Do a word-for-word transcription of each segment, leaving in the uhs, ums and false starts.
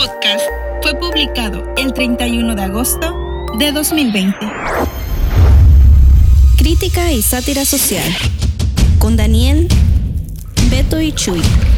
podcast fue publicado el treinta y uno de agosto de dos mil veinte. Crítica y sátira social con Daniel, Beto y Chuy.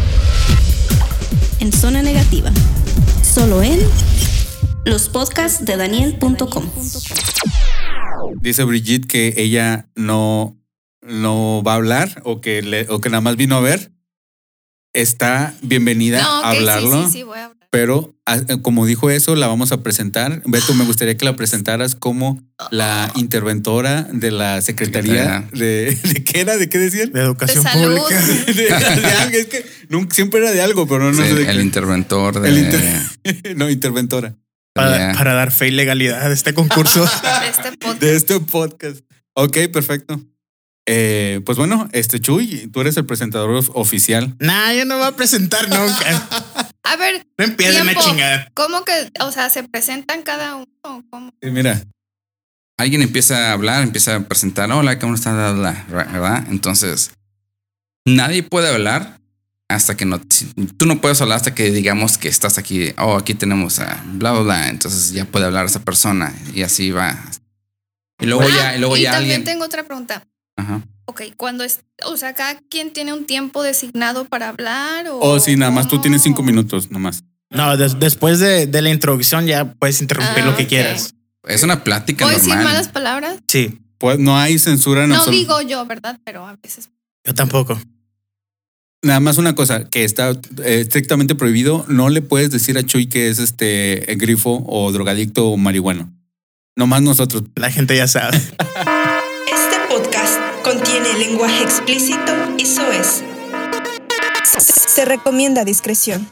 En Zona Negativa. Solo en los podcasts de daniel punto com. Dice Brigitte que ella no, no va a hablar o que, le, o que nada más vino a ver. Está bienvenida no, okay, a hablarlo. Sí, sí, sí, voy a hablar. Pero como dijo eso, la vamos a presentar. Beto, me gustaría que la presentaras como la interventora de la Secretaría de, de ¿qué era? ¿De qué decían? De Educación de salud. Pública. De, de algo. Es que nunca, siempre era de algo, pero no, no sí, sé de el qué. interventor de... El inter... no, interventora. Para, yeah. para dar fe y legalidad de este concurso. De este podcast. De este podcast. Ok, perfecto. Eh, pues bueno, este Chuy, tú eres el presentador oficial. Nah, yo no voy a presentar nunca. A ver, No empiecen a tiempo. chingar. ¿Cómo que, o sea, se presentan cada uno? ¿Cómo? Sí, mira. Alguien empieza a hablar, empieza a presentar, hola, ¿cómo estás? ¿Verdad? Entonces, nadie puede hablar hasta que no... Tú no puedes hablar hasta que digamos que estás aquí. Oh, aquí tenemos a bla, bla, bla. Entonces ya puede hablar esa persona y así va. Y luego Ah, ya, y luego y ya también alguien... tengo otra pregunta. Ajá. Ok, cuando es, o sea, cada quien tiene un tiempo designado para hablar o... O si nada más tú ¿cómo? tienes cinco minutos, nomás. No, des- después de, de la introducción ya puedes interrumpir Ah, lo que ok. quieras. Es una plática ¿Puedo decir normal. malas palabras? Sí, Pues no hay censura en No absoluto. digo yo, ¿verdad? Pero a veces... yo tampoco. Nada más una cosa que está eh, estrictamente prohibido. No le puedes decir a Chuy que es este eh, grifo o drogadicto o marihuano. Nomás nosotros. La gente ya sabe. Este podcast contiene lenguaje explícito y soez. Se recomienda discreción.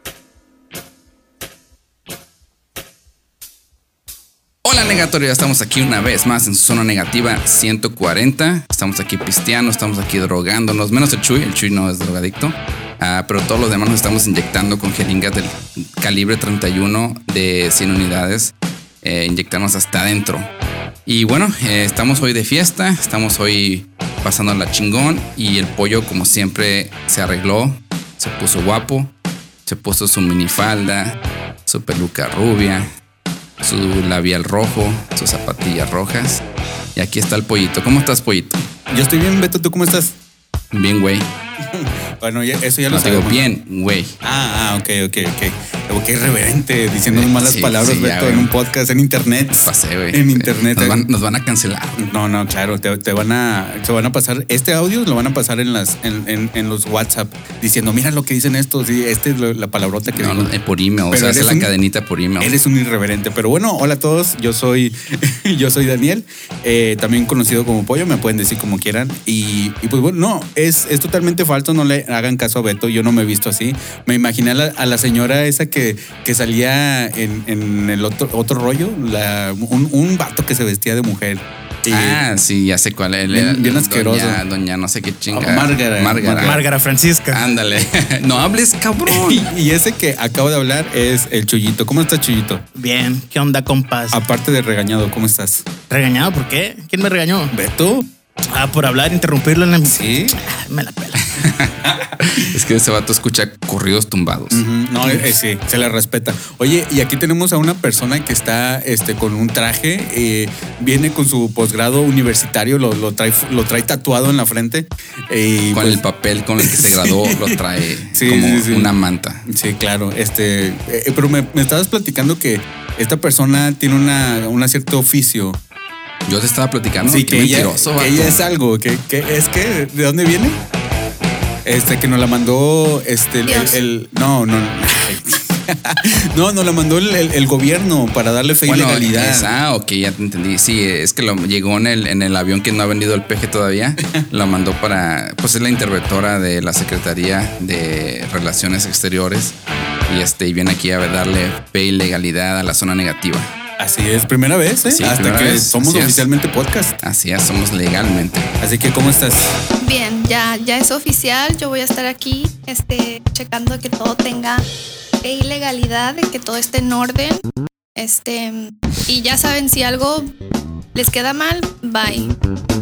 Hola negatorio, ya estamos aquí una vez más en Zona Negativa ciento cuarenta. Estamos aquí pisteando, estamos aquí drogándonos, menos el Chuy, el Chuy no es drogadicto, uh, pero todos los demás nos estamos inyectando con jeringas del calibre treinta y uno de cien unidades, eh, inyectarnos hasta adentro. Y bueno, eh, estamos hoy de fiesta, estamos hoy pasando la chingón y el pollo como siempre se arregló, se puso guapo, se puso su minifalda, su peluca rubia, su labial rojo, sus zapatillas rojas. Y aquí está el pollito. ¿Cómo estás, pollito? Yo estoy bien, Beto. ¿Tú cómo estás? Bien, güey. Bueno, ya, eso ya No lo te digo sabemos. bien, güey. Ah, ah, ok, ok, ok. Qué irreverente, diciendo malas Sí, palabras, sí, ya, Beto, güey. en un podcast, en internet. Pasé, güey. En internet. Nos van, nos van a cancelar. No, no, claro, te, te van a, se van a pasar, este audio lo van a pasar en las, en, en, en los WhatsApp, diciendo, mira lo que dicen estos, y este es lo- la palabrota que No, digo. no, eh, por email. O Pero sea, hace eres la un- cadenita por email. Eres un irreverente, pero bueno, hola a todos, yo soy, yo soy Daniel, eh, también conocido como Pollo, me pueden decir como quieran, y, y pues bueno, no, es, es totalmente falso, no le hagan caso a Beto, yo no me he visto así, me imaginé a la, a la señora esa que, que salía en, en el otro, otro rollo, la, un, un vato que se vestía de mujer. Y- Ah, sí, ya sé cuál es. Bien- bien asqueroso. Doña, doña no sé qué chinga. Oh, Márgara. Márgara. Márgara Francisca. Ándale. No hables, cabrón. Y, y ese que acabo de hablar es el Chuyito. ¿Cómo estás, Chuyito? Bien, ¿qué onda, compas? Aparte de regañado, ¿cómo estás? ¿Regañado por qué? ¿Quién me regañó? ¿Beto? Ah, por hablar, interrumpirlo en la... Sí. Me la pela. Es que ese vato escucha corridos tumbados. Ujú. No, eh, sí, se le respeta. Oye, y aquí tenemos a una persona que está este, con un traje, eh, viene con su posgrado universitario, lo, lo, trae, lo trae tatuado en la frente. eh, y Con pues- el papel con el que se graduó lo trae Sí, como sí, sí. una manta. Sí, claro. Este, eh, pero me, me estabas platicando que esta persona tiene una, una cierto oficio. Yo te estaba platicando. Sí, qué que, ella, mentiroso, que vato. ella es algo. Que, que es que, ¿de dónde viene? Este, que nos la mandó este, el, Dios. el- el- no, no, no. No, nos la mandó el, el- el gobierno para darle fe y Bueno, legalidad. es- ah, ok, ya te entendí. Sí, es que lo, llegó en el, en el avión que no ha vendido el peje todavía. Lo mandó para, pues es la interventora de la Secretaría de Relaciones Exteriores. Y este, y viene aquí a darle fe y legalidad a la zona negativa. Así es, primera vez, ¿eh? Sí, Hasta primera que vez, somos así es. oficialmente podcast. Así es, somos legalmente. Así que, ¿cómo estás? Bien, ya, ya es oficial. Yo voy a estar aquí este, checando que todo tenga ilegalidad, de que todo esté en orden. Este, y ya saben, si algo les queda mal, bye.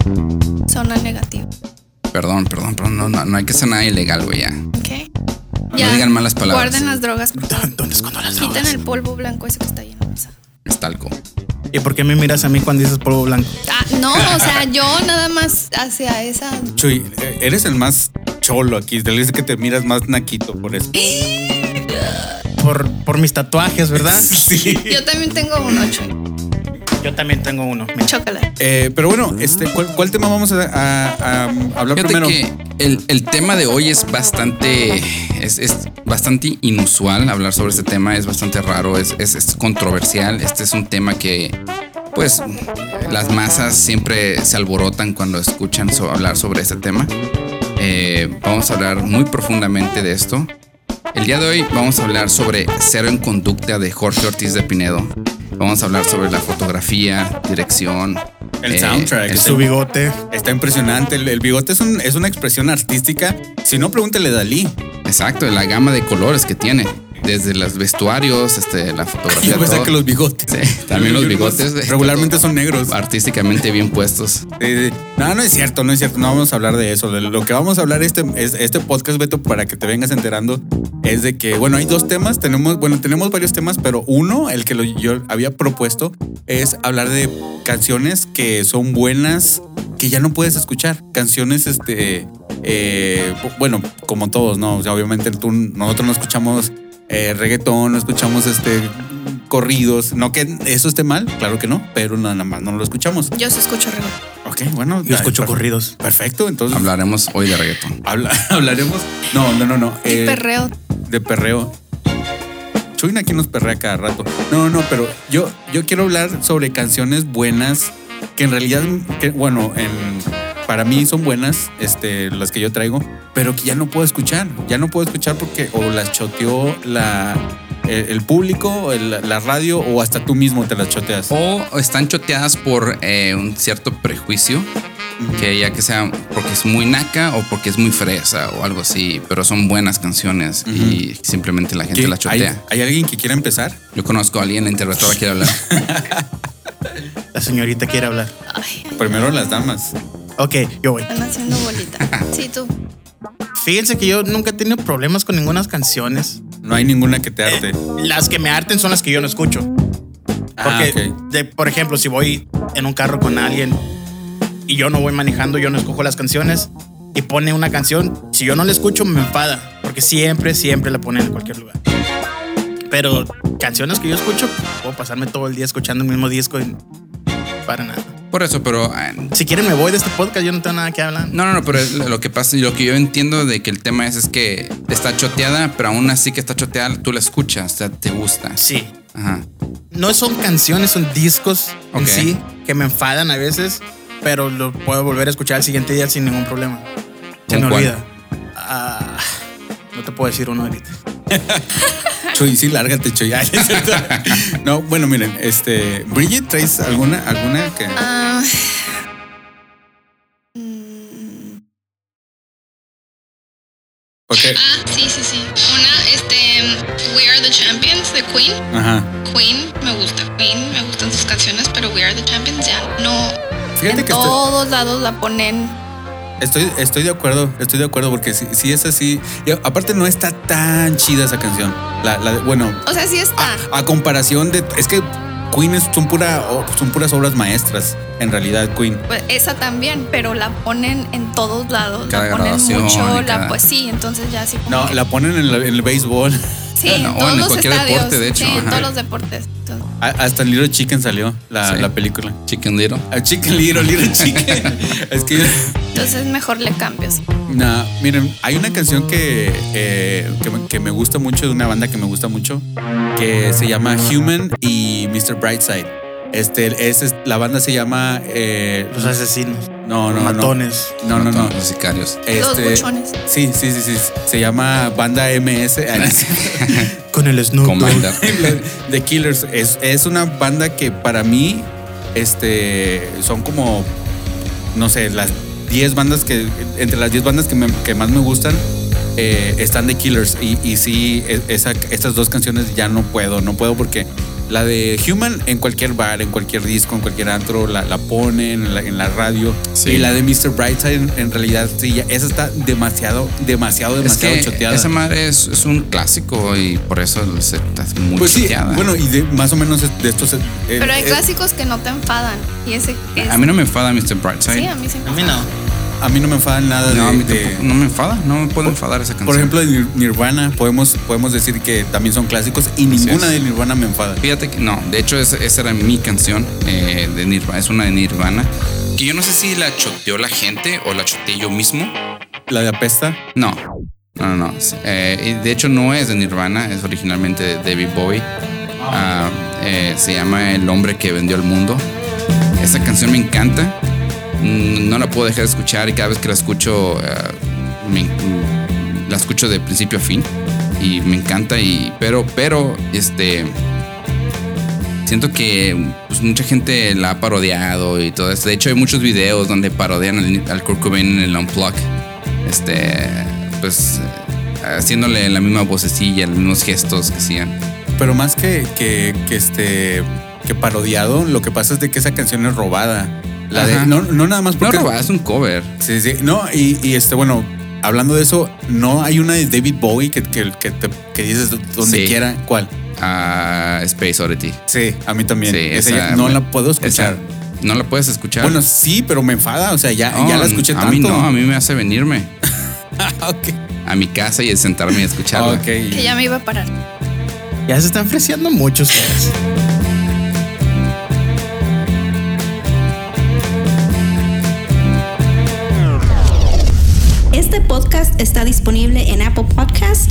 Zona negativa. Perdón, perdón, perdón. No, no, no hay que hacer nada ilegal, güey, ya. ¿Ok? Ya, no digan malas palabras. Guarden las drogas. Por favor. ¿Dónde escondo las Quiten drogas? el polvo blanco ese que está ahí en la mesa. Es talco. ¿Y por qué me miras a mí cuando dices polvo blanco? Ah, no, o sea, yo nada más hacia esa. Chuy, eres el más cholo aquí. Te dice que te miras más naquito por eso. Por, por mis tatuajes, ¿verdad? Sí. Yo también tengo un ocho. Yo también tengo uno. Mira. Chocolate. Eh, pero bueno, este, ¿cuál, cuál tema vamos a, a- a hablar Fíjate primero? que el, el tema de hoy es bastante, es, es bastante inusual hablar sobre este tema, es bastante raro, es, es, es controversial. Este es un tema que, pues, las masas siempre se alborotan cuando escuchan so- hablar sobre este tema. Eh, vamos a hablar muy profundamente de esto. El día de hoy vamos a hablar sobre Cero en Conducta de Jorge Ortiz de Pinedo. Vamos a hablar sobre la fotografía, dirección, El soundtrack. el- Su bigote. Está impresionante. El, el bigote es, un- es una expresión artística. Si no, pregúntale a Dalí. Exacto, la gama de colores que tiene. Desde los vestuarios, este, la fotografía. Yo pensé todo. que los bigotes. Sí, también los bigotes. Regularmente son negros. Artísticamente bien puestos. Sí, sí. No, no es cierto, no es cierto. No vamos a hablar de eso. De lo que vamos a hablar este, es, este podcast, Beto, para que te vengas enterando, es de que, bueno, hay dos temas. Tenemos, bueno, tenemos varios temas, pero uno, el que lo- yo había propuesto, es hablar de canciones que son buenas, que ya no puedes escuchar. Canciones, este, eh, bueno, como todos, ¿no? O sea, obviamente tú, nosotros no escuchamos eh, reggaetón, no escuchamos este corridos. No que eso esté mal, claro que no, pero nada más no lo escuchamos. Yo sí escucho reggaetón. Ok, bueno. Yo escucho per- corridos. Perfecto, entonces Hablaremos hoy de reggaetón. habla- hablaremos. No, no, no, no. Y eh, perreo. De perreo. Chuy aquí nos perrea cada rato. No, no, pero yo, yo quiero hablar sobre canciones buenas que en realidad, que, bueno, en, para mí son buenas, este, las que yo traigo, pero que ya no puedo escuchar. Ya no puedo escuchar porque o las choteó la, el, el público, el- la radio, o hasta tú mismo te las choteas. O están choteadas por eh, un cierto prejuicio, que ya que sea porque es muy naca o porque es muy fresa o algo así, pero son buenas canciones y simplemente la gente ¿Qué? la ¿Hay, chotea. ¿Hay alguien que quiera empezar? Yo conozco a alguien, la interventora quiere hablar. La señorita quiere hablar. Ay, Primero las damas. Ok, yo voy. están haciendo bolita. Sí, tú. Fíjense que yo nunca he tenido problemas con ninguna canciones. No hay ninguna que te arte. Las que me harten son las que yo no escucho. Ah, Porque, ok. de- por ejemplo, si voy en un carro con alguien y yo no voy manejando, yo no escojo las canciones y pone una canción, si yo no la escucho me enfada, porque siempre, siempre la ponen en cualquier lugar. Pero canciones que yo escucho, puedo pasarme todo el día escuchando el mismo disco y para nada. Por eso, pero eh, Si quieren me voy de este podcast, yo no tengo nada que hablar. no, no, no, pero es lo que pasa y lo que yo entiendo de que el tema es es que está choteada, pero aún así que está choteada, tú la escuchas, o sea, te gusta. Sí. Ajá. No son canciones, son discos en Ok. sí que me enfadan a veces, pero lo puedo volver a escuchar el siguiente día sin ningún problema. Se ¿Con me cuál? olvida. Ah, no te puedo decir uno ahorita. Chuy, sí, lárgate, Chuy. Ay, es cierto. No, bueno, miren, este, Bridget, ¿traes alguna, alguna que? Ah, mm, Porque, Ah, sí, sí, sí. Una, este, We Are the Champions de Queen. ajá. Queen, me gusta Queen, me gustan sus canciones, pero We Are the Champions ya no. Fíjate en que estoy, todos lados la ponen. estoy, estoy de acuerdo, estoy de acuerdo porque si, si es así, y aparte no está tan chida esa canción. La, la, bueno, O sea, sí está. a, a comparación de, es que Queen es, son, pura, son puras obras maestras, en realidad, Queen. Pues esa también, pero la ponen en todos lados. Cada la ponen grabación mucho. y cada- La, pues sí, entonces ya así como No, que- la ponen en, la- en el béisbol. Sí, No, en o todos en los cualquier estadios. deporte, de hecho, Sí, en ajá. todos los deportes. Entonces, A- Hasta en Little Chicken salió la, Sí. la película. Chicken Little. A Chicken Little, Little Chicken. Es que, entonces mejor le cambio. Sí. nah, miren, hay una canción que, eh, que, me, que me gusta mucho, de una banda que me gusta mucho, que se llama Human y mister Brightside. Este, es, la banda se llama. eh, Los asesinos. no, no, los no. matones. No, no, no. Los sicarios. Los Este, buchones. sí, sí, sí, sí. Se llama Banda M S. Con el Snoop Dogg. Commander. The Killers. Es, es una banda que para mí este, son como, no sé, las diez bandas que, entre las diez bandas que, me- que más me gustan, eh, están The Killers. Y, y sí, e- esa, estas dos canciones ya no puedo, no puedo porque La de Human en cualquier bar, en cualquier disco, en cualquier antro, la, la ponen en la, en la radio. Sí. Y la de mister Brightside, en, en realidad, sí, ya, esa está demasiado, demasiado, demasiado es que choteada. Esa madre es, es un clásico y por eso se, está muy pues sí, choteada. bueno, y de, más o menos de estos. Eh, Pero hay eh, clásicos que no te enfadan. Y ese es, A mí no me enfada mister Brightside. Sí, a mí sí me A mí enfada. no. A mí no me enfadan nada No, de, a mí de- tampoco, no me enfada, no me puede enfadar esa canción. Por ejemplo, de Nir- Nirvana, podemos, podemos decir que también son clásicos y ninguna es. de Nirvana me enfada. Fíjate que no, de hecho esa, esa era mi canción eh, de Nirvana, es una de Nirvana, que yo no sé si la choteó la gente o la choteé yo mismo. La de Apesta. No, no, no, no. Eh, y de hecho no es de Nirvana, es originalmente de David Bowie. Ah, eh, se llama El hombre que vendió el mundo. Esa canción me encanta. Mm, No la puedo dejar de escuchar y cada vez que la escucho, ah, me- mm, la escucho de principio a fin y me encanta. Y pero, pero, este, siento que pues, mucha gente la ha parodiado y todo eso. De hecho, hay muchos videos donde parodian al, al Kurt Cobain en el Unplugged. Este, pues, haciéndole la misma vocecilla, los mismos gestos que hacían. Pero más que, que, que este que parodiado, lo que pasa es de que esa canción es robada. La de, Ajá. no, no nada más No porque. robada, es un cover. Sí, sí. No, y, y este, bueno, hablando de eso, no hay una de David Bowie que, que, que, te- que dices donde Sí. quiera. ¿Cuál? a Space Oddity. Sí, a mí también. Sí, Esa esa- ya no la puedo escuchar. Esa, no la puedes escuchar. Bueno, sí, pero me enfada. O sea, ya, No, ya la escuché a tanto. mí no, a mí me hace venirme Ok. a mi casa y sentarme y escucharla. Ok. Que ya me iba a parar. Ya se están ofreciendo muchos. Este podcast está disponible en Apple Podcast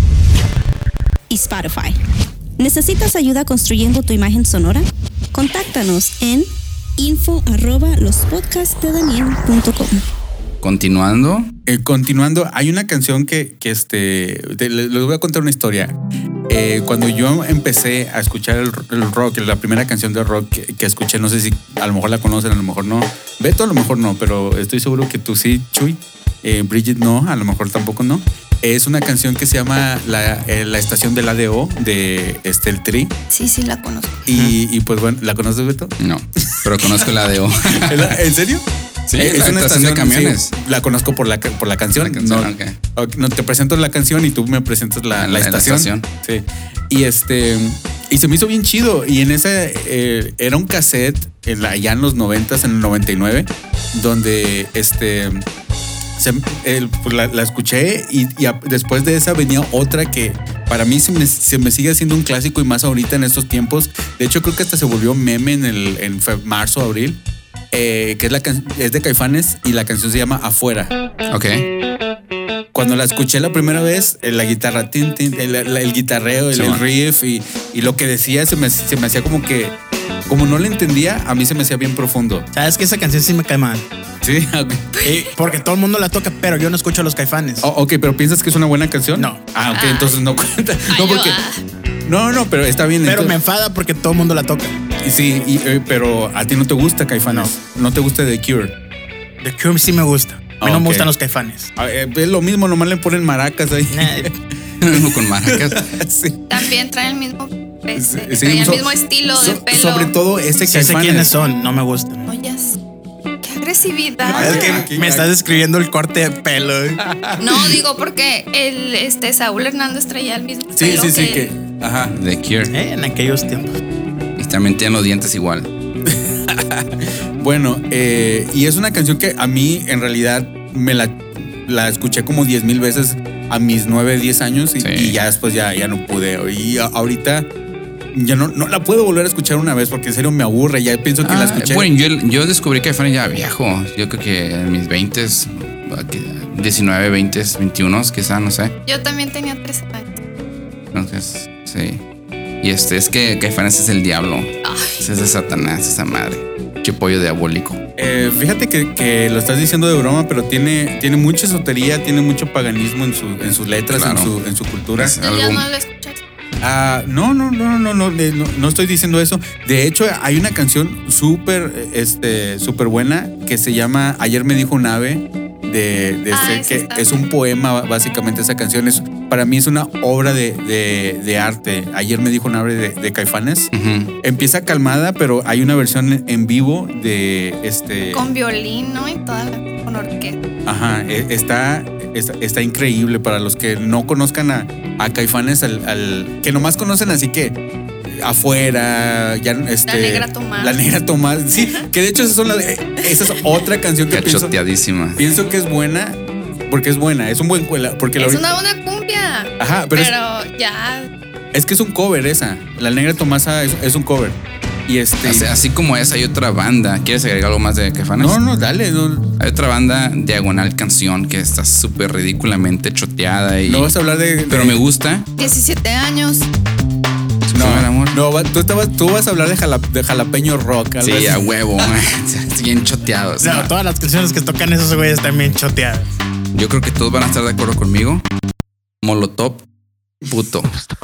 y Spotify. ¿Necesitas ayuda construyendo tu imagen sonora? Contáctanos en info arroba lospodcastdedaniel punto com. Continuando. Eh, continuando, hay una canción que, que este, te- les les voy a contar una historia. Eh, cuando yo empecé a escuchar el, el rock, la primera canción de rock que, que escuché, no sé si a lo mejor la conocen, a lo mejor no. Beto a lo mejor no, pero estoy seguro que tú sí, Chuy. Eh, Bridget no, a lo mejor tampoco no. Es una canción que se llama La, eh, la Estación del A D O de este, el Tri. Sí, sí, la conozco. Y, y pues bueno, ¿la conoces, Beto? No, pero conozco la de O. ¿En serio? Sí, Eh, la estación de camiones. sí, la conozco por la, por la canción. La canción, no, ok. ok, no, te presento la canción y tú me presentas la, la, La- la estación. estación. Sí. Y este y se me hizo bien chido. Y en ese eh, era un cassette en la, allá en los noventas, en el noventa y nueve, donde este se- el- pues la, la escuché y, y a- después de esa venía otra que para mí se me, se me sigue haciendo un clásico y más ahorita en estos tiempos. De hecho, creo que hasta se volvió meme en el en fe- marzo, abril. Eh, que es, la can- es de Caifanes y la canción se llama Afuera. Ok. Cuando la escuché la primera vez, eh, la guitarra, tin, tin, el, el- el guitarreo, el, Sí, el man. riff y, y lo que decía se me, se me hacía como que, como no le entendía, a mí se me hacía bien profundo. Sabes que esa canción sí me cae mal. Sí, ok. Y porque todo el mundo la toca, pero yo no escucho a los Caifanes. Oh, ok, pero ¿piensas que es una buena canción? No. Ah, ok, Ay. entonces no cuenta. Ay, No, porque. va. No, no, pero está bien. Pero me entonces- enfada porque todo el mundo la toca. Sí, y, eh, pero a ti no te gusta Caifanes. No. te gusta The Cure. The Cure sí me gusta. A mí Ah, no ok. me gustan los Caifanes. Ah, eh, es lo mismo, nomás le ponen maracas ahí. Nah, Con maracas. Sí. También trae el mismo, este, Sí, trae el so- mismo estilo de so- pelo. Sobre todo ese sí sé Caifanes. quiénes son, no me gustan. Ollas. Qué agresividad. Es que aquí- me estás describiendo el corte de pelo. ¿eh? No, digo porque el este Saúl Hernández traía el mismo Sí, pelo sí, sí, que, que. Ajá. The Cure. Eh, En aquellos tiempos. Y también tienen los dientes igual. Bueno, eh, y es una canción que a mí en realidad me la, la escuché como diez mil veces a mis nueve, diez años y, Sí. y ya después ya, ya no pude. Y a- ahorita ya no, no la puedo volver a escuchar una vez porque en serio me aburre. Ya pienso que la Ah, escuché. bueno, yo, yo descubrí que Caifanes ya viejo. Yo creo que en mis veintes, diecinueve, veinte, veintiuno, quizá, no sé. yo también tenía trece años. Entonces, sí. Y este es que Caifanes es el diablo. Ay, Es de Satanás, esa madre. Che pollo diabólico. Eh, fíjate que, que lo estás diciendo de broma, pero tiene, tiene mucha esotería, tiene mucho paganismo en, su, en sus letras, Claro. en, su, en su cultura. Es ya algo- no lo escuchas. Ah, no, no, no, no, no, de- no, no estoy diciendo eso. De hecho, hay una canción súper, este, súper buena que se llama Ayer me dijo un ave. De, de Ah, este, esa que está es un poema, básicamente esa canción es para mí es una obra de, de, de arte. Ayer me dijo una obra de, de Caifanes. Ujú. Empieza calmada, pero hay una versión en vivo de este. Con violín, ¿no? Y toda la, con orquesta. Ajá, e- está, está, está increíble para los que no conozcan a, a Caifanes, al, al- que nomás conocen así que afuera, ya este. La Negra Tomás. La Negra Tomás, sí, que de hecho esa, son la- esa es otra canción que pienso, Cachoteadísima. pienso que es buena, porque es buena, es un buen cuela, porque la Es ahorita- una buena cumbia. Ajá, pero, Pero, es, ya. es que es un cover esa, La Negra Tomasa es, es un cover. Y este. O sea, así como esa, hay otra banda. ¿Quieres agregar algo más de Caifanes? no, no, dale, no, Hay otra banda, Diagonal Canción, que está súper ridículamente choteada y. no vas a hablar de. de- Pero me gusta. diecisiete años. Su No, primer amor. no, va- tú, estabas, tú vas a hablar de, jala- de jalapeño rock. algo Sí, así. a huevo. Están bien choteados. No, ¿no? todas las canciones que tocan esos güeyes están bien choteadas. Yo creo que todos van a estar de acuerdo conmigo. Molotov, puto.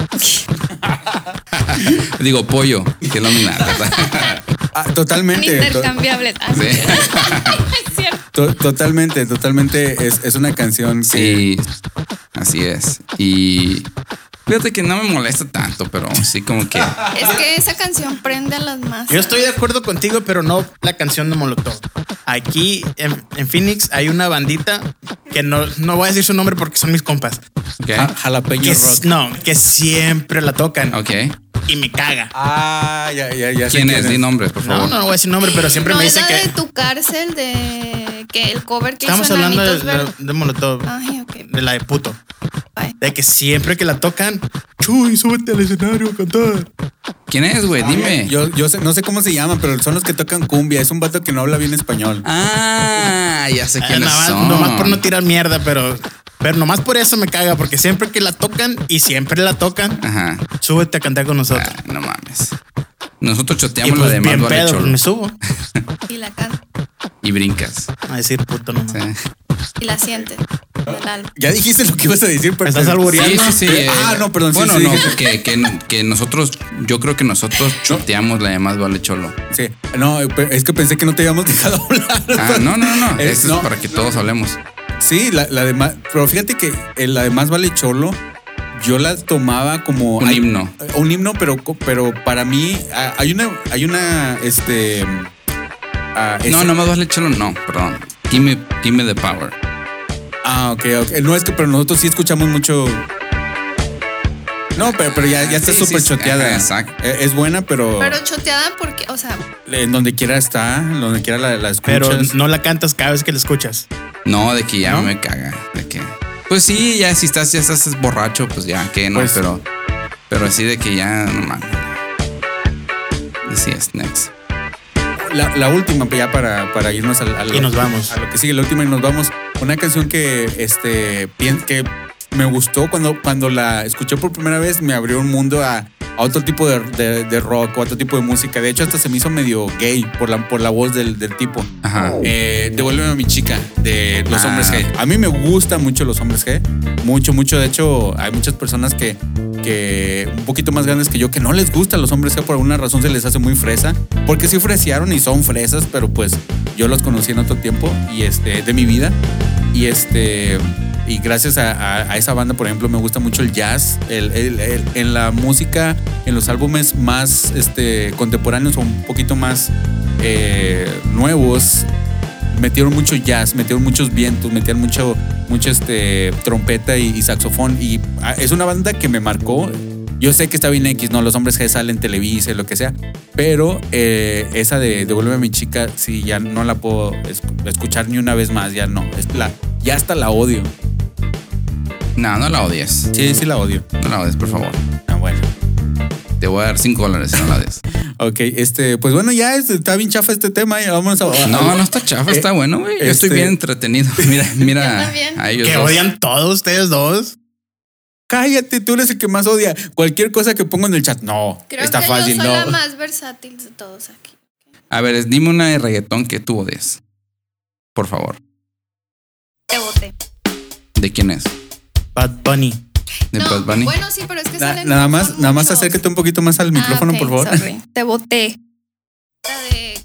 Digo, pollo, que no me nada, ¿verdad? Ah, totalmente. to- Intercambiables. Ah, Sí. es cierto. to- totalmente, totalmente. Es, es una canción que. Sí, así es. Y fíjate que no me molesta tanto, pero sí como que. Es que esa canción prende a las masas. Yo estoy de acuerdo contigo, pero no la canción de Molotov. Aquí en, en Phoenix hay una bandita que no, no voy a decir su nombre porque son mis compas. Ok. Ja- jalapeño Que, rock. no, que siempre la tocan Ok. y me caga. Ah, ya, ya, ya. sé ¿Quién es? Di nombres, por No, favor. no, no voy a decir nombre, pero siempre no me es dicen la de que tu cárcel de que el cover que estamos hizo hablando de, Enanitos de, Verdes. de Molotov, Ay, ok. de la de puto. Ay. De que siempre que la tocan, Chuy, súbete al escenario a cantar. ¿Quién es, güey? Dime. Yo, yo sé- no sé cómo se llama, pero son los que tocan cumbia. Es un vato que no habla bien español. Ah, ya sé Eh, quiénes nomás, son. nomás por no tirar mierda, pero, pero nomás por eso me caga, porque siempre que la tocan y siempre la tocan, Aja. súbete a cantar con nosotros. Ah, no mames. Nosotros y choteamos pues la de más bien vale pedo, cholo. pues me subo Y la canta. Y brincas. a decir puto nomás. Sí. Y la siente. Del alma. Ya dijiste lo que ibas a decir, pero. ¿Me estás albureando? Sí, sí, sí. Eh, eh, ah, no, perdón. sí, Bueno, sí, no, dije- que, que, que nosotros, yo creo que nosotros choteamos la de más vale cholo. Sí. No, pe- es que pensé que no te habíamos dejado hablar. Ah, no, no, no. Eh, Esto no. es para que todos hablemos. Sí, la, la de más. Pero fíjate que eh, la de más vale cholo, yo la tomaba como. Un hay- himno. Un himno, pero, pero para mí ah, hay una. Hay una. Este. ah, No, ese- no más vale cholo, no, perdón. Give me, give me the power. Ah, ok, ok. No, es que, pero nosotros sí escuchamos mucho. No, pero, pero ya, ya está Sí, súper sí, sí. choteada. Ajá, exacto. Eh, Es buena, pero, Pero choteada porque, o sea, en donde quiera está, en donde quiera la, la Pero escuchas. no la cantas cada vez que la escuchas. No, de que ya ¿No? me caga. De que. Pues sí, ya si estás, ya estás borracho, pues ya que no, Pues- pero. Pero así de que ya no mames. Así es, next. La, la última, pues, ya para, para irnos al- a, lo, Y nos vamos. a lo que sigue, la última y nos vamos. Una canción que, este, pien- que me gustó cuando, cuando la escuché por primera vez, me abrió un mundo a, a otro tipo de, de- de rock, o otro tipo de música. De hecho, hasta se me hizo medio gay por la, por la voz del, del tipo. Ajá. Eh, Devuélveme a mi chica, de Los Ah. Hombres G. A mí me gustan mucho Los Hombres G. Mucho, mucho. De hecho, hay muchas personas que, que un poquito más grandes que yo que no les gustan Los Hombres G. Por alguna razón se les hace muy fresa. Porque sí fresearon y son fresas, pero pues yo los conocí en otro tiempo y este, de mi vida. Y este... Y gracias a, a- a esa banda, por ejemplo, me gusta mucho el jazz. El, el- el- en la música, en los álbumes más este, contemporáneos o un poquito más eh, nuevos, metieron mucho jazz, metieron muchos vientos, metieron mucho, mucho este, trompeta y, y saxofón. Y ah, es una banda que me marcó. Yo sé que está bien X, ¿no? Los Hombres G salen en Televisa y lo que sea. Pero eh, esa de Devuélveme a mi chica, sí, ya no la puedo es- escuchar ni una vez más. Ya no. Es la, ya hasta la odio. No, no la odies. Sí, sí la odio. No la odies, por favor. Ah, bueno. Te voy a dar cinco dólares si no la odies. Ok, este, pues bueno, ya es- está bien chafa este tema. Ya vamos a. No, no está chafa, está bueno, güey. Yo estoy este- bien entretenido. Mira, Yo mira. también. A ellos Que dos. odian todos ustedes dos. Cállate, tú eres el que más odia. Cualquier cosa que pongo en el chat, no. creo está que fácil, yo soy no. la más versátil de todos aquí. A ver, dime una de reggaetón que tú odies. Por favor. Te voté. ¿De quién es? Bad Bunny. ¿De No, Bad Bunny? bueno, sí, pero es que Na- salen nada más, son nada más muchos. acércate un poquito más al Ah, micrófono, ok, por favor. sorry. Te voté. La de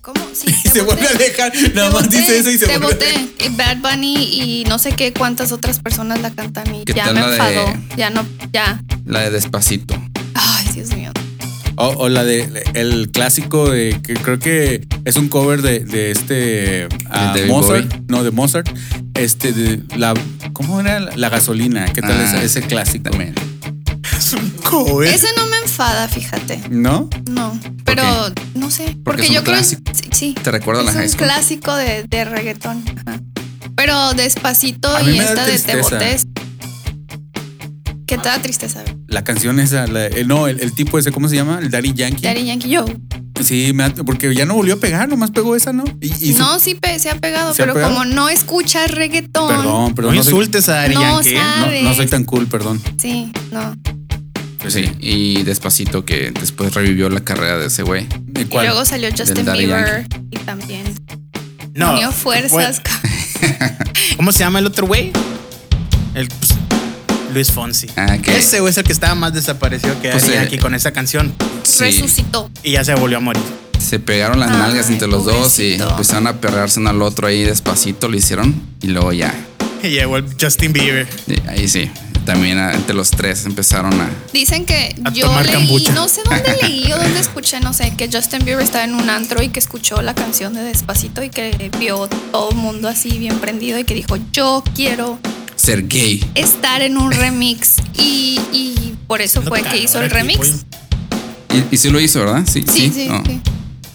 ¿Cómo? Sí, Y se vuelve a alejar. Nada más boté, dice eso y se te vuelve. boté. Bad Bunny y no sé qué cuántas otras personas la cantan y ¿Qué ya tal me la de- enfadó. Ya no, ya. La de Despacito. Ay, Dios mío. O, o la de el clásico de que creo que es un cover de, de este ah, David Mozart, Bowie. no de Mozart, este de la ¿cómo era? La gasolina, ¿qué tal Ah, es ese clásico? También. Es un cover. Ese no me enfada, fíjate. ¿No? No, pero no sé. Porque, es un yo creo clásico. sí, sí. Te recuerda a la es high un school. clásico de, de reggaetón. Ajá. Pero Despacito A mí y me da esta de Te tristeza. Botés. ¿Qué te da tristeza? La canción esa, la- eh, no, el, el tipo ese, ¿cómo se llama? El Daddy Yankee. Daddy Yankee, yo. Sí, me da- porque ya no volvió a pegar, nomás pegó esa, ¿no? Y, y su- No, sí pe- se ha pegado, ¿Se ha pero pegado? como no escuchas reggaetón. Perdón, perdón. No No, soy, insultes a Daddy No, Yankee. sabe. no, no soy tan cool, perdón. Sí, no. Pues Sí, y Despacito que después revivió la carrera de ese güey. ¿De Y cuál? luego salió Justin Daddy Bieber y también No. unió fuerzas. ¿Cómo se llama el otro güey? El pues, Luis Fonsi. Ah, que Ese güey es el que estaba más desaparecido que Pues, Daddy eh, Yankee con esa canción. sí, Resucitó. Y ya se volvió a morir. se pegaron las Ay, nalgas entre los dos y pobrecito. empezaron a perrearse uno al otro ahí despacito, lo hicieron y luego ya. Y llegó el Justin Bieber. Y ahí sí, también ah, entre los tres empezaron a... Dicen que A yo tomar leí, kombucha. no sé dónde leí o dónde escuché, no sé, que Justin Bieber estaba en un antro y que escuchó la canción de Despacito y que vio todo el mundo así bien prendido y que dijo, yo quiero ser gay. estar en un remix y, y por eso No, fue que calor hizo el aquí, remix. pollo. Y, y sí lo hizo, ¿verdad? Sí, Sí, sí, No. sí.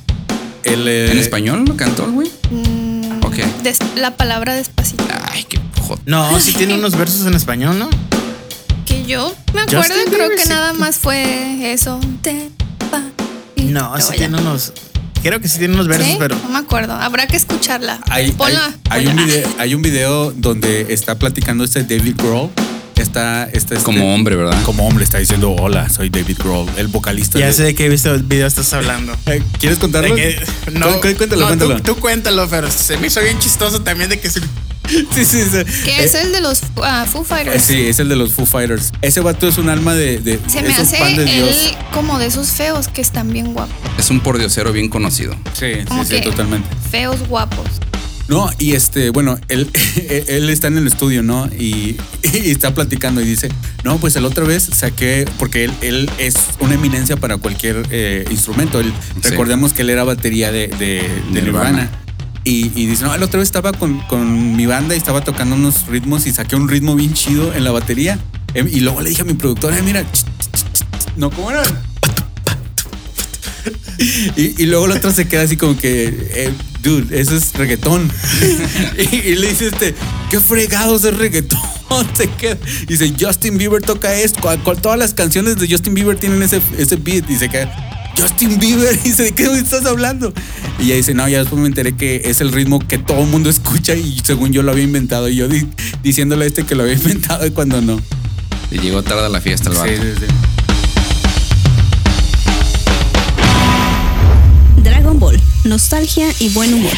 El, eh, ¿En español lo cantó el güey? Mm, Ok. des- la palabra Despacito. Ay, qué joder. No, sí tiene unos versos en español, ¿no? Que yo me acuerdo, Justin creo Bieber, que sí. nada más fue eso. Despacito. No, sí Luego ya. tiene unos. Creo que sí tiene unos versos, ¿Sí? pero. No me acuerdo. Habrá que escucharla. Hay, hay, Ponla. hay ponla. un video, hay un video donde está platicando este David Grohl. Está, está este- Como hombre, ¿verdad? Como hombre está diciendo, hola, soy David Grohl, el vocalista. Ya de- sé de qué visto el video estás hablando. Eh, ¿Quieres contarlo? De que- no, Cu- cu- cuéntalo, no, cuéntalo. Tú, tú cuéntalo, pero se me hizo bien chistoso también de que se. Sí, sí, sí. Que es el de los ah, Foo Eh, Fighters. sí, es el de los Foo Fighters. Ese vato es un alma de, de Se me es un hace pan de Dios. él como de esos feos que están bien guapos. Es un pordiosero bien conocido. Sí, sí, Como sí, que totalmente. feos guapos. No, y este, bueno, él, él está en el estudio, ¿no? Y, y está platicando y dice, no, pues la otra vez saqué, porque él, él es una eminencia para cualquier eh, instrumento. Él, Sí. Recordemos que él era batería de, de, de Nirvana. Nirvana. Y, y dice, no, la otra vez estaba con, con mi banda y estaba tocando unos ritmos y saqué un ritmo bien chido en la batería. Em, Y luego le dije a mi productora, "Eh, mira, ch, ch, ch, ch". no, ¿cómo era? Y, y luego el otro se queda así como que, eh, dude, eso es reggaetón. y, y le dice este, qué fregados es reggaetón. Se queda. Y dice, Justin Bieber toca esto. Cual- cual- todas las canciones de Justin Bieber tienen ese, ese beat. Y se queda, Justin Bieber. Y dice, ¿de qué estás hablando? Y ella dice, no, ya después me enteré que es el ritmo que todo el mundo escucha. Y según yo lo había inventado. Y yo di- diciéndole a este que lo había inventado y cuando no. Y llegó tarde a la fiesta el vato. Sí, sí, sí. Dragon Ball, nostalgia y buen humor.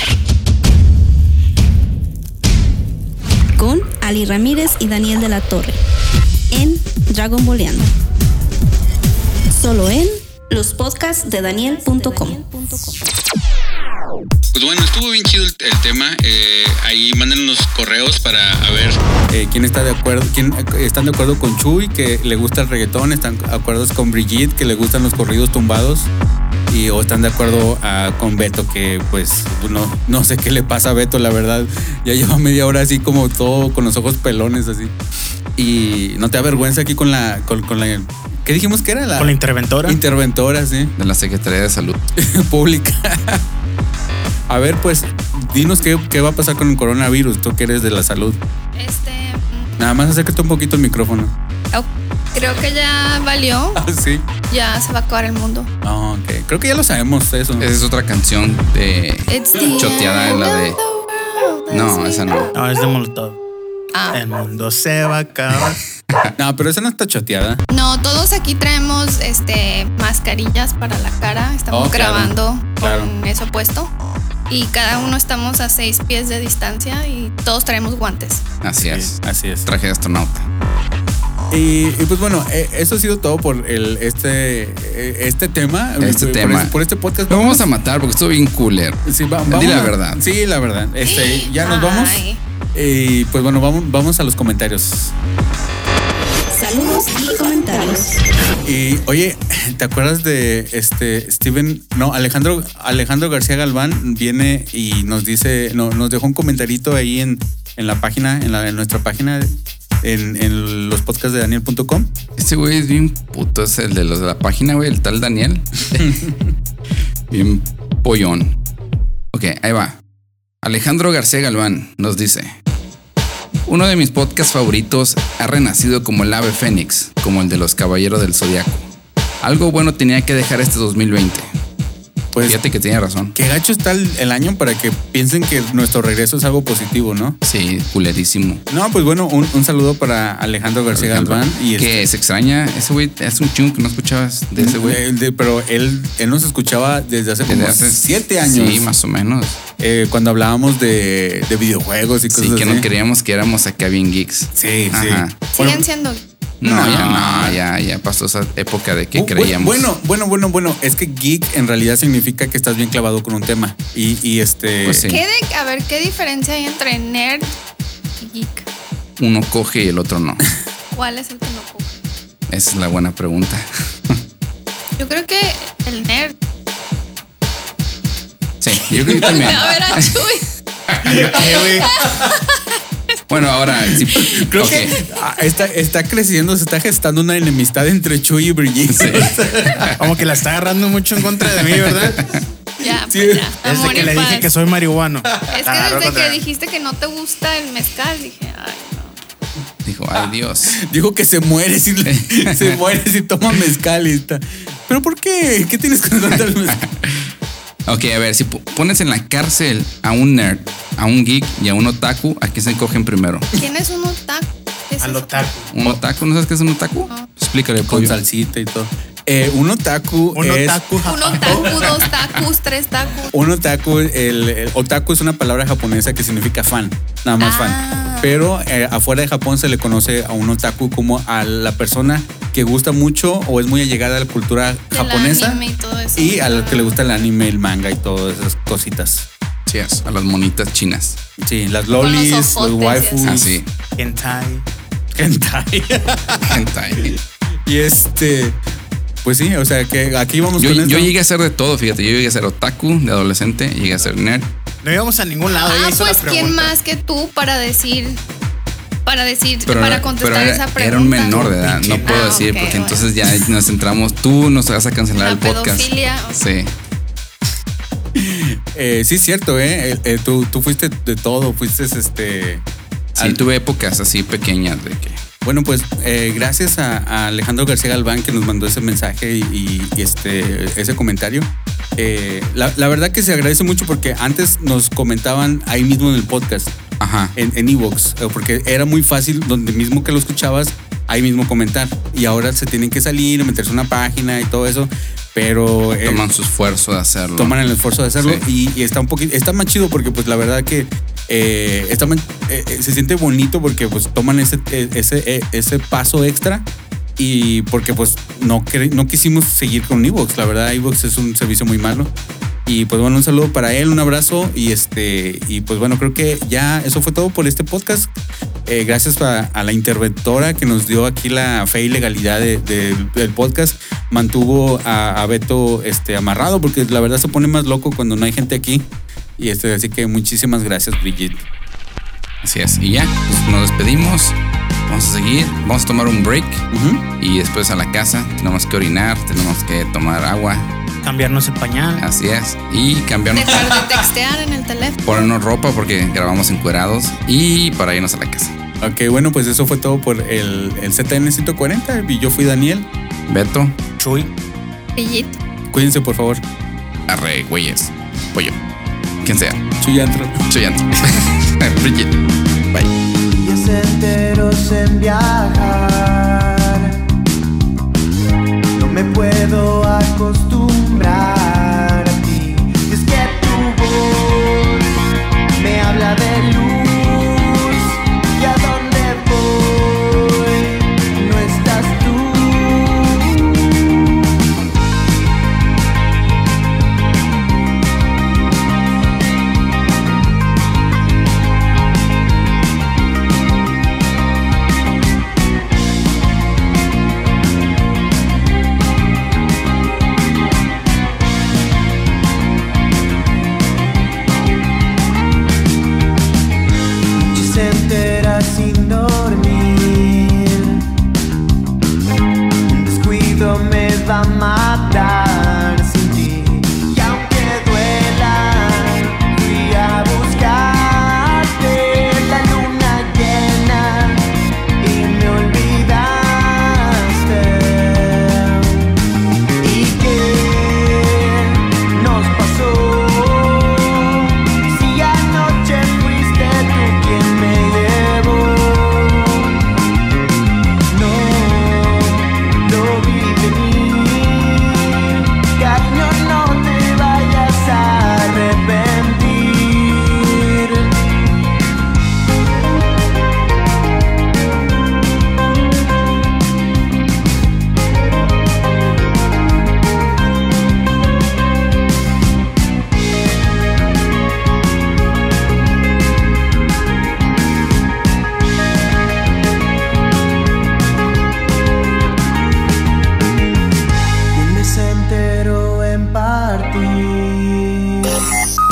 Con Ali Ramírez y Daniel de la Torre. En Dragon Balleando. Solo en los podcasts de daniel punto com. Pues bueno, estuvo bien chido el, el tema. Eh, ahí manden unos correos para a ver. Eh, ¿Quién está de acuerdo? ¿Quién eh, están de acuerdo con Chuy, que le gusta el reggaetón? ¿Están de acuerdo con Brigitte, que le gustan los corridos tumbados? Y o están de acuerdo ah, con Beto, que pues no, no sé qué le pasa a Beto, la verdad. Ya lleva media hora así como todo con los ojos pelones así. Y no te da vergüenza aquí con la, con, con la, ¿qué dijimos que era? La Con la interventora. interventora, sí, De la Secretaría de Salud. pública. A ver, pues, dinos qué, qué va a pasar con el coronavirus, tú que eres de la salud. Este. mm, Nada más acércate un poquito el micrófono. oh, creo que ya valió. Ah, sí. Ya se va a acabar el mundo. Ah, ok. Creo que ya lo sabemos eso. Esa es otra canción de It's the choteada, end la de... of the world No, as esa we no. know. No, es de Molotov. Ah. El mundo se va a acabar. No, pero esa no está choteada. No, todos aquí traemos este mascarillas para la cara. Estamos Oh, claro, grabando claro. con eso puesto. Y cada uno estamos a seis pies de distancia y todos traemos guantes. Así es. Así es. Traje de astronauta. Y, y pues bueno, eh, eso ha sido todo por el, este, eh, este tema. Este por, tema. Por, por este podcast. Lo vamos a matar porque estuvo bien cooler. Sí, va, vamos Di la a- verdad. Sí, la verdad. Este, ya nos vamos. Ay. Y pues bueno, vamos, vamos a los comentarios. Saludos y comentarios. Y oye, ¿te acuerdas de este Steven? No, Alejandro, Alejandro García Galván viene y nos dice, no, nos dejó un comentarito ahí en, en la página, en, la, en nuestra página, en, en los podcasts de Daniel punto com. Este güey es bien puto, es el de los de la página, güey, el tal Daniel. Bien pollón. Ok, ahí va. Alejandro García Galván nos dice: uno de mis podcasts favoritos ha renacido como el ave fénix, como el de los Caballeros del Zodiaco. Algo bueno tenía que dejar este dos mil veinte. Pues Fíjate que tiene razón. qué gacho está el, el año para que piensen que nuestro regreso es algo positivo, ¿no? Sí, culerísimo. No, pues bueno, un, un saludo para Alejandro García Alejandro, Galván. Y que se extraña ese güey. Es un chingo que no escuchabas de ese güey. Eh, de- pero él, él nos escuchaba desde hace como Desde hace siete años. Sí, más o menos. Eh, cuando hablábamos de, de videojuegos y cosas Sí, que así. no creíamos que éramos acá bien geeks. Sí, sí. Ajá. Siguen siendo. No, No. ya no, ya, ya pasó esa época de que Bu- bu- creíamos. Bueno, bueno, bueno, bueno. Es que geek en realidad significa que estás bien clavado con un tema. Y, y este. Pues sí. ¿Qué de, a ver, ¿qué diferencia hay entre nerd y geek? Uno coge y el otro no. ¿Cuál es el que no coge? Esa es la buena pregunta. Yo creo que el nerd. Sí, yo creo que también. A ver, a Chuy. Bueno, ahora sí. Creo ok. que ah, está, está creciendo, se está gestando una enemistad entre Chuy y Brigitte. Sí. Como que la está agarrando mucho en contra de mí, ¿verdad? Ya, Sí. pues ya. Desde Amor que y le dije paz. que soy marihuano. Es que desde que dijiste que no te gusta el mezcal, dije, ay, no. Dijo, ay Dios. Dijo que se muere si se muere si toma mezcal y está. ¿Pero por qué? ¿Qué tienes que contar el mezcal? Ok, a ver, si po- pones en la cárcel a un nerd, a un geek y a un otaku, ¿a quién se cogen primero? ¿Quién es un otaku? ¿Qué es Al eso? otaku. ¿Un otaku? ¿No sabes qué es un otaku? No. Explícale, Con pollo. salsita y todo. Eh, un otaku Un es. otaku. Un otaku, dos tacos, tres tacos. Un otaku, el, el otaku es una palabra japonesa que significa fan, nada más Ah. fan. Pero eh, afuera de Japón se le conoce a un otaku como a la persona que gusta mucho o es muy allegada a la cultura Del japonesa anime y todo eso. y a la que le gusta el anime, el manga y todas esas cositas. Sí, es, a las monitas chinas. Sí, las Con los lolis, los, ojotes y waifus, Así. Hentai. hentai. Hentai. Y este, pues sí, o sea que aquí vamos Yo, con esto. yo llegué a ser de todo, fíjate. Yo llegué a ser otaku de adolescente, llegué a ser nerd. No íbamos a ningún lado. ella Ah, hizo la pues ¿quién pregunta. más que tú para decir, para decir, Pero, para era- contestar pero era, esa pregunta? era un menor de edad, no puedo Ah, decir, ok, porque bueno. entonces ya nos centramos. Tú nos vas a cancelar La el podcast. pedofilia, ok. Sí. Eh, sí, es cierto, ¿eh? Eh, eh, tú, tú fuiste de todo, fuiste este. Sí, al- tuve épocas así pequeñas de que. Bueno, pues eh, gracias a, a Alejandro García Galván que nos mandó ese mensaje y, y, y este, ese comentario. Eh, la, la verdad que se agradece mucho porque antes nos comentaban ahí mismo en el podcast, Ajá. en en Evox, eh, porque era muy fácil donde mismo que lo escuchabas, ahí mismo comentar. Y ahora se tienen que salir, meterse a una página y todo eso, pero eh, Toman su esfuerzo de hacerlo. toman el esfuerzo de hacerlo Sí. y, y está un poquito, está más chido porque pues la verdad que eh, está más- eh, eh, se siente bonito porque pues toman ese, eh, ese, eh, ese paso extra y porque pues no, cre- no quisimos seguir con Evox, la verdad Evox es un servicio muy malo y pues bueno, un saludo para él, un abrazo y este y pues bueno, creo que ya eso fue todo por este podcast. Eh, gracias a, a la interventora que nos dio aquí la fe y legalidad de- de- del podcast. Mantuvo a, a Beto este, amarrado porque la verdad se pone más loco cuando no hay gente aquí. Y este, así que muchísimas gracias, Brigitte. Así es. Y ya, pues nos despedimos. Vamos a seguir. Vamos a tomar un break. Ujú. Y después a la casa. Tenemos que orinar. Tenemos que tomar agua. Cambiarnos el pañal. Así es. Y cambiarnos. Dejar de textear en el teléfono. Ponernos ropa porque grabamos encuerados. Y para irnos a la casa. Ok, bueno, pues eso fue todo por el, el Z N ciento cuarenta. Y yo fui Daniel. Beto. Chuy. Pillito. Cuídense, por favor. Arre, güeyes. Pollo. Quien sea. Chuyantro. Chuyante. Brigitte. Bye. Días enteros en viajar. No me puedo acostumbrar a ti. Y es que tu voz me habla de luz. Y a dónde voy no es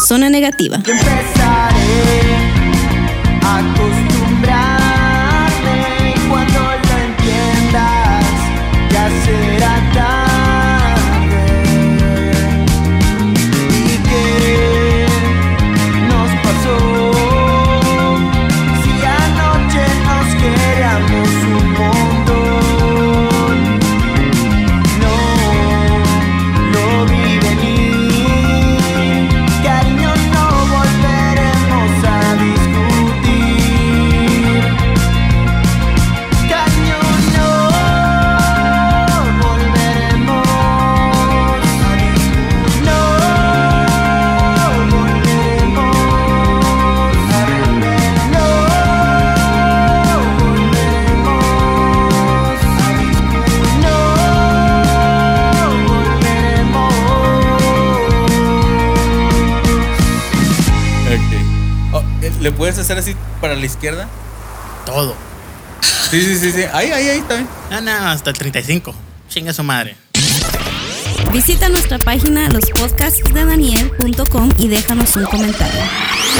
Zona Negativa. Y empezaré a acostumbrarme y cuando lo entiendas ya será tarde. ¿Y qué nos pasó? Si anoche nos queríamos un montón. No lo vi venir. Cariño, no volveremos a discutir. Cariño, no volveremos a discutir. No volveremos a rever. No volveremos a discutir. No volveremos. Ok. Oh, eh, ¿le puedes hacer así para la izquierda? Todo. Sí, sí, sí, sí. Ahí, ahí, ahí también. No, no, hasta el treinta y cinco. Chinga su madre. Visita nuestra página los podcasts de daniel punto com y déjanos un comentario.